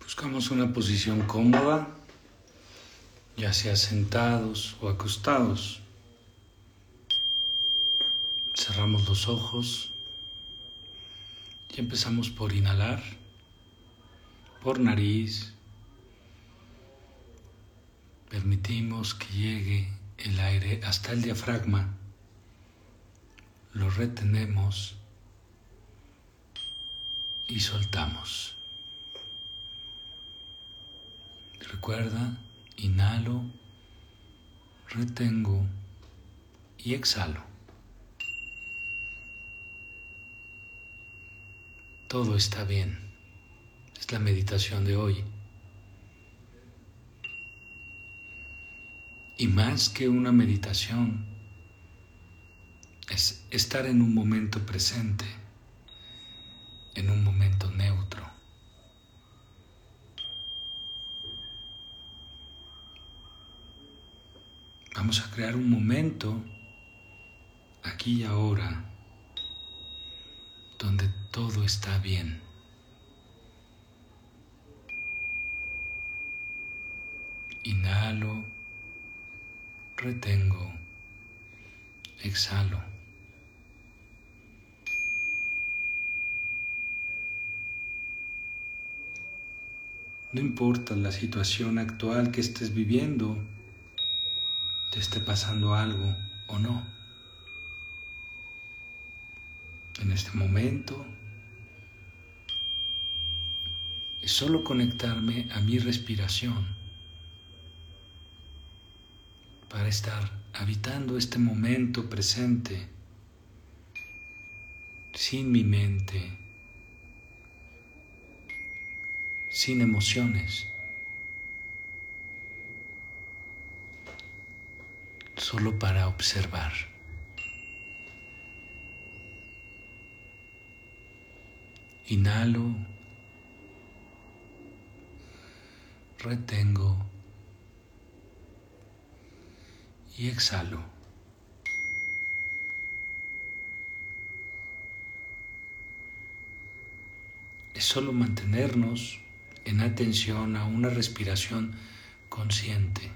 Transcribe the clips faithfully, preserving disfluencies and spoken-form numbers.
Buscamos una posición cómoda, ya sea sentados o acostados. Cerramos los ojos y empezamos por inhalar por nariz. Permitimos que llegue el aire hasta el diafragma. Lo retenemos y soltamos. Recuerda, inhalo, retengo y exhalo. Todo está bien. Es la meditación de hoy. Y más que una meditación, es estar en un momento presente, en un momento neutro. Vamos a crear un momento, aquí y ahora, donde todo está bien. Inhalo, retengo, exhalo. No importa la situación actual que estés viviendo, te esté pasando algo o no. En este momento es solo conectarme a mi respiración para estar habitando este momento presente sin mi mente, sin emociones, solo para observar. Inhalo, retengo y exhalo. Es solo mantenernos en atención a una respiración consciente.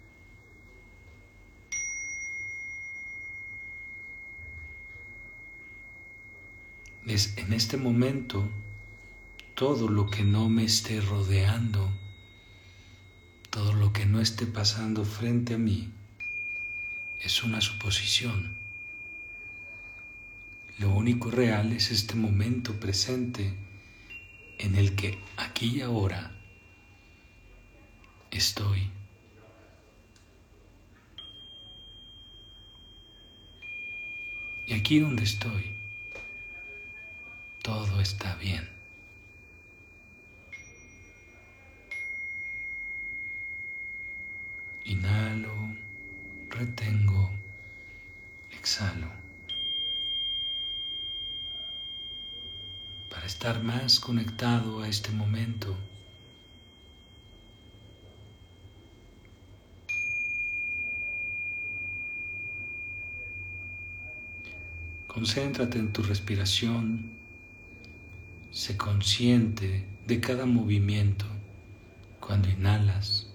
Es en este momento todo lo que no me esté rodeando, todo lo que no esté pasando frente a mí, es una suposición. Lo único real es este momento presente en el que aquí y ahora estoy. Y aquí donde estoy, todo está bien. Inhalo, retengo, exhalo. Para estar más conectado a este momento, concéntrate en tu respiración, sé consciente de cada movimiento cuando inhalas,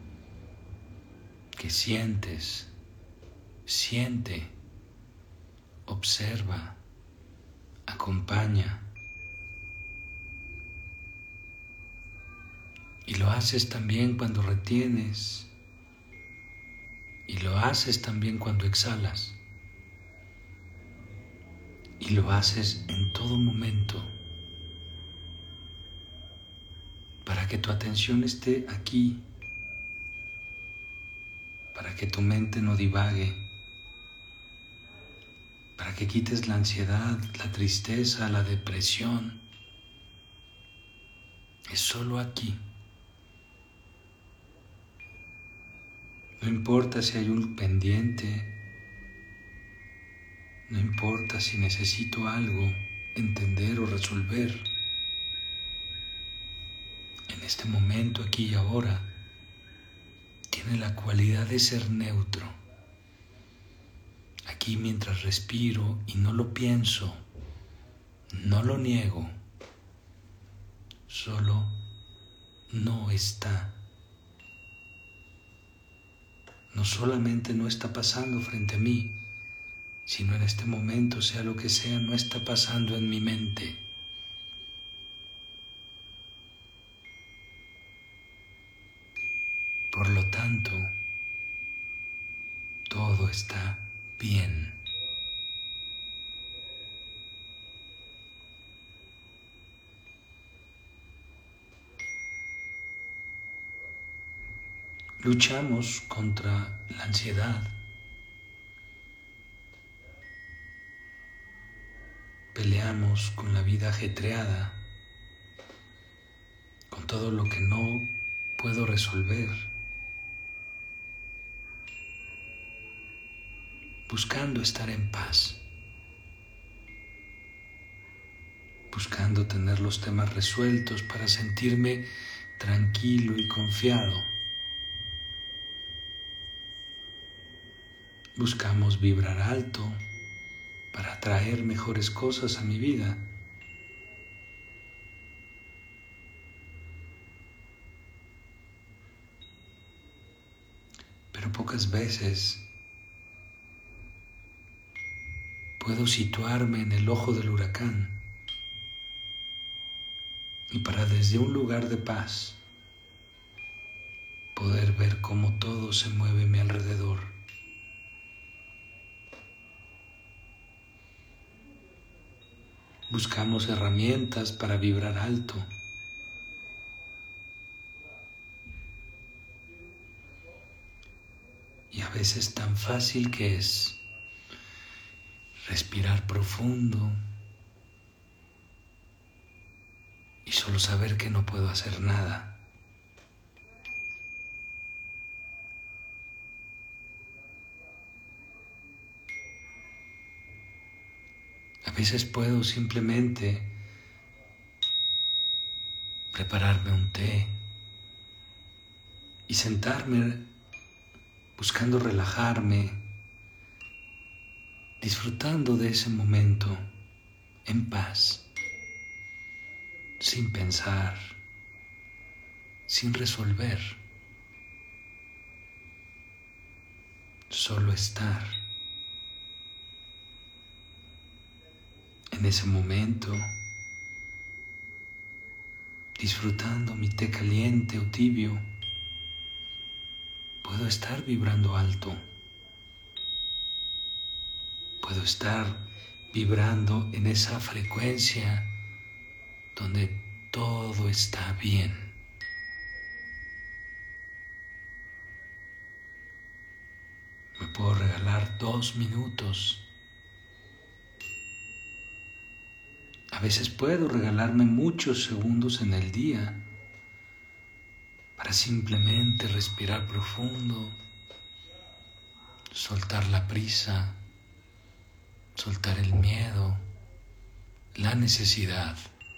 que sientes, siente, observa, acompaña. Y lo haces también cuando retienes, y lo haces también cuando exhalas, y lo haces en todo momento, para que tu atención esté aquí, para que tu mente no divague, para que quites la ansiedad, la tristeza, la depresión. Es solo aquí. No importa si hay un pendiente, no importa si necesito algo entender o resolver. En este momento, aquí y ahora, tiene la cualidad de ser neutro. Aquí mientras respiro y no lo pienso, no lo niego, solo no está. No solamente no está pasando frente a mí, sino en este momento, sea lo que sea, no está pasando en mi mente. Por lo tanto, todo está bien. Luchamos contra la ansiedad. Peleamos con la vida ajetreada, con todo lo que no puedo resolver, buscando estar en paz, buscando tener los temas resueltos para sentirme tranquilo y confiado. Buscamos vibrar alto para atraer mejores cosas a mi vida. Pero pocas veces puedo situarme en el ojo del huracán y para desde un lugar de paz poder ver cómo todo se mueve a mi alrededor. Buscamos herramientas para vibrar alto. Y a veces tan fácil que es respirar profundo y solo saber que no puedo hacer nada. A veces puedo simplemente prepararme un té y sentarme buscando relajarme, disfrutando de ese momento en paz, sin pensar, sin resolver, solo estar. En ese momento, disfrutando mi té caliente o tibio, puedo estar vibrando alto. Puedo estar vibrando en esa frecuencia donde todo está bien. Me puedo regalar dos minutos. A veces puedo regalarme muchos segundos en el día para simplemente respirar profundo, soltar la prisa, soltar el miedo, la necesidad,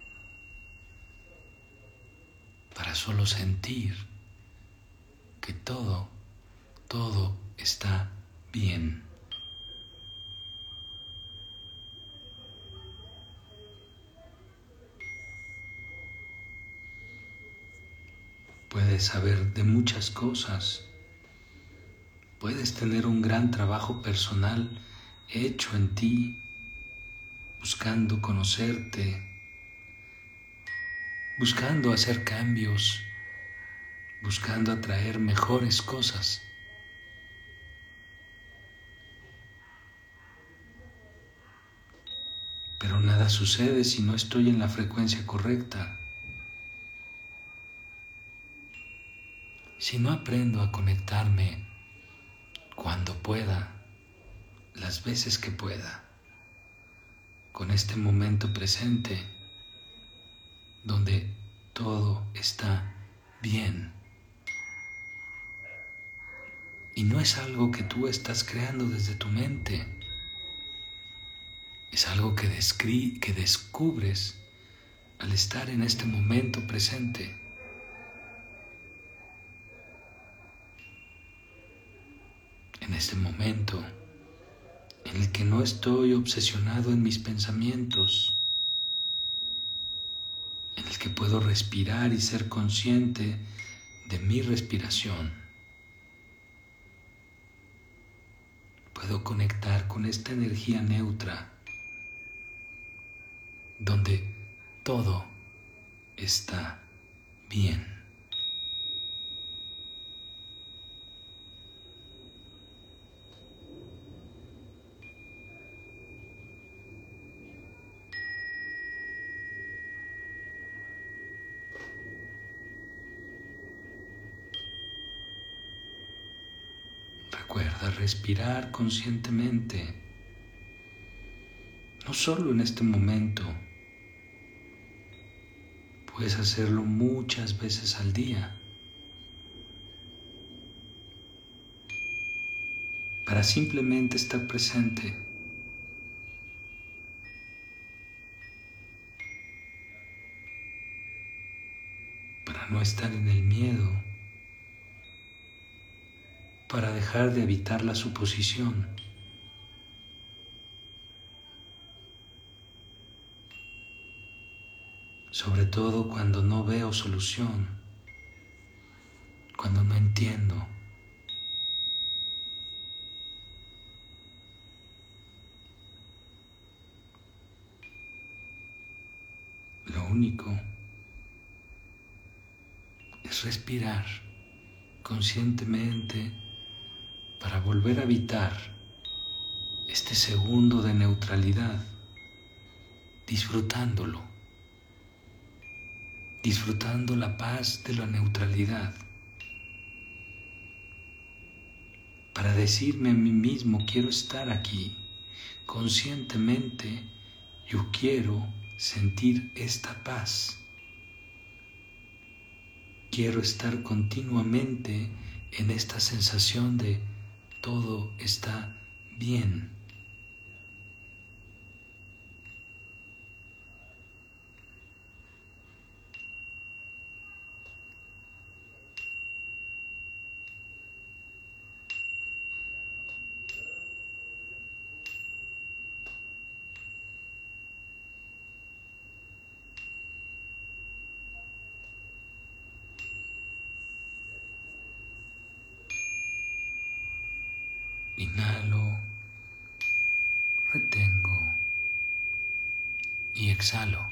para solo sentir que todo, todo está bien. Puedes saber de muchas cosas, puedes tener un gran trabajo personal hecho en ti, buscando conocerte, buscando hacer cambios, buscando atraer mejores cosas. Pero nada sucede si no estoy en la frecuencia correcta. Si no aprendo a conectarme cuando pueda, las veces que pueda, con este momento presente, donde todo está bien. Y no es algo que tú estás creando desde tu mente, es algo que, descri- que descubres al estar en este momento presente. En este momento en el que no estoy obsesionado en mis pensamientos, en el que puedo respirar y ser consciente de mi respiración. Puedo conectar con esta energía neutra donde todo está bien. Recuerda respirar conscientemente, no solo en este momento. Puedes hacerlo muchas veces al día para simplemente estar presente, para no estar en el miedo, para dejar de evitar la suposición. Sobre todo cuando no veo solución, cuando no entiendo. Lo único es respirar conscientemente para volver a habitar este segundo de neutralidad, disfrutándolo, disfrutando la paz de la neutralidad, para decirme a mí mismo, quiero estar aquí, conscientemente yo quiero sentir esta paz. Quiero estar continuamente en esta sensación de todo está bien. Inhalo, retengo y exhalo.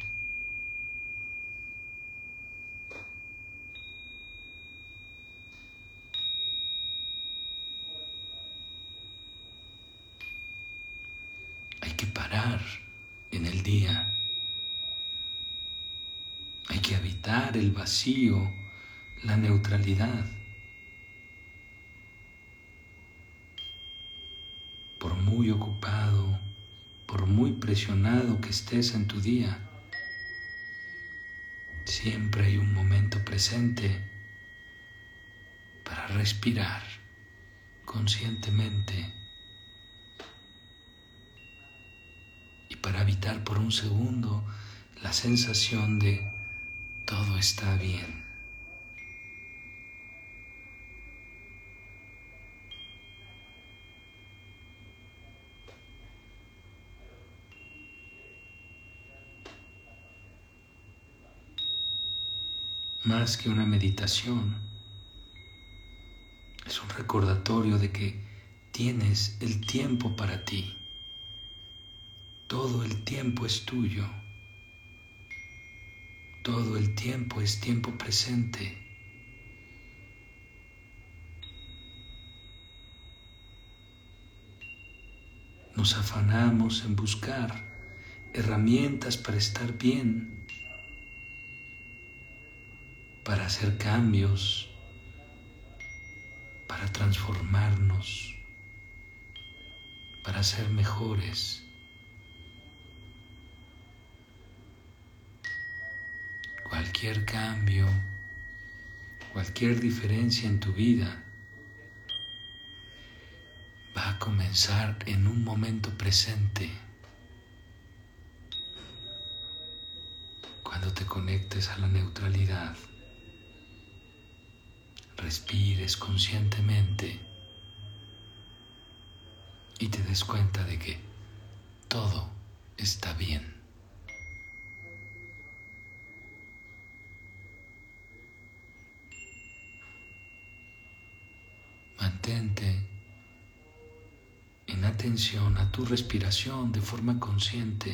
Hay que parar en el día. Hay que habitar el vacío, la neutralidad. Por muy ocupado, por muy presionado que estés en tu día, siempre hay un momento presente para respirar conscientemente y para habitar por un segundo la sensación de todo está bien. Más que una meditación, es un recordatorio de que tienes el tiempo para ti. Todo el tiempo es tuyo. Todo el tiempo es tiempo presente. Nos afanamos en buscar herramientas para estar bien, para hacer cambios, para transformarnos, para ser mejores. Cualquier cambio, cualquier diferencia en tu vida va a comenzar en un momento presente, cuando te conectes a la neutralidad, respires conscientemente y te des cuenta de que todo está bien. Mantente en atención a tu respiración de forma consciente.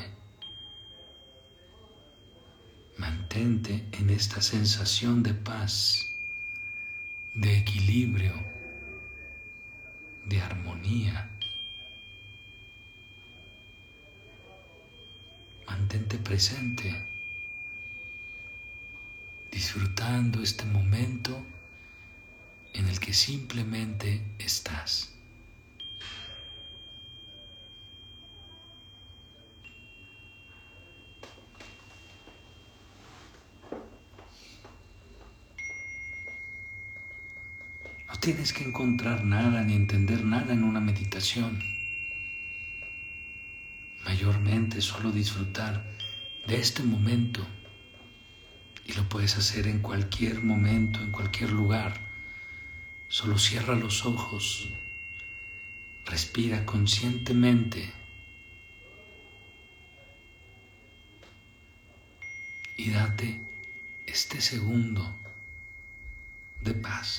Mantente en esta sensación de paz, de equilibrio, de armonía. Mantente presente, disfrutando este momento en el que simplemente estás. No tienes que encontrar nada ni entender nada en una meditación. Mayormente solo disfrutar de este momento, y lo puedes hacer en cualquier momento, en cualquier lugar. Solo cierra los ojos, respira conscientemente y date este segundo de paz.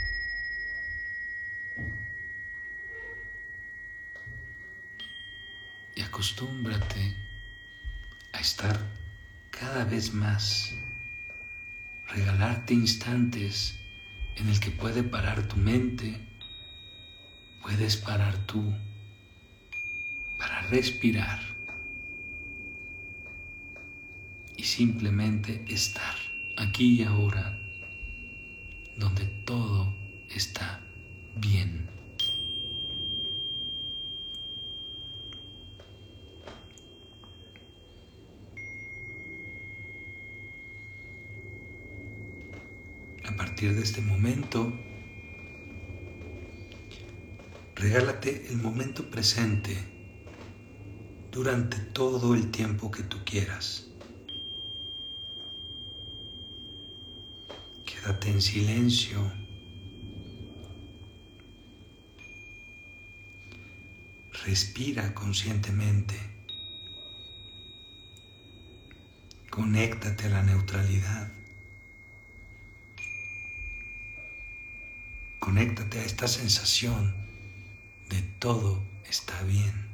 Y acostúmbrate a estar cada vez más, regalarte instantes en el que puede parar tu mente, puedes parar tú para respirar y simplemente estar aquí y ahora, donde todo está bien. A partir de este momento, regálate el momento presente durante todo el tiempo que tú quieras. Quédate en silencio. Respira conscientemente. Conéctate a la neutralidad. Conéctate a esta sensación de todo está bien.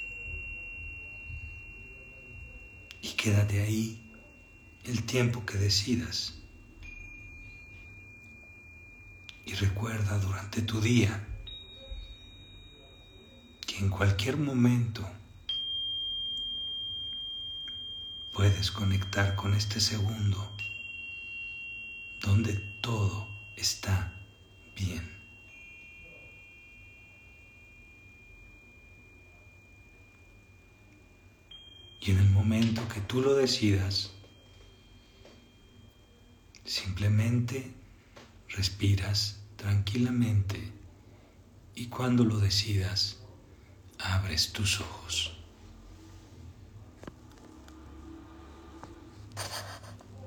Y quédate ahí el tiempo que decidas. Y recuerda durante tu día que en cualquier momento puedes conectar con este segundo donde todo está bien. Y en el momento que tú lo decidas, simplemente respiras tranquilamente y cuando lo decidas, abres tus ojos.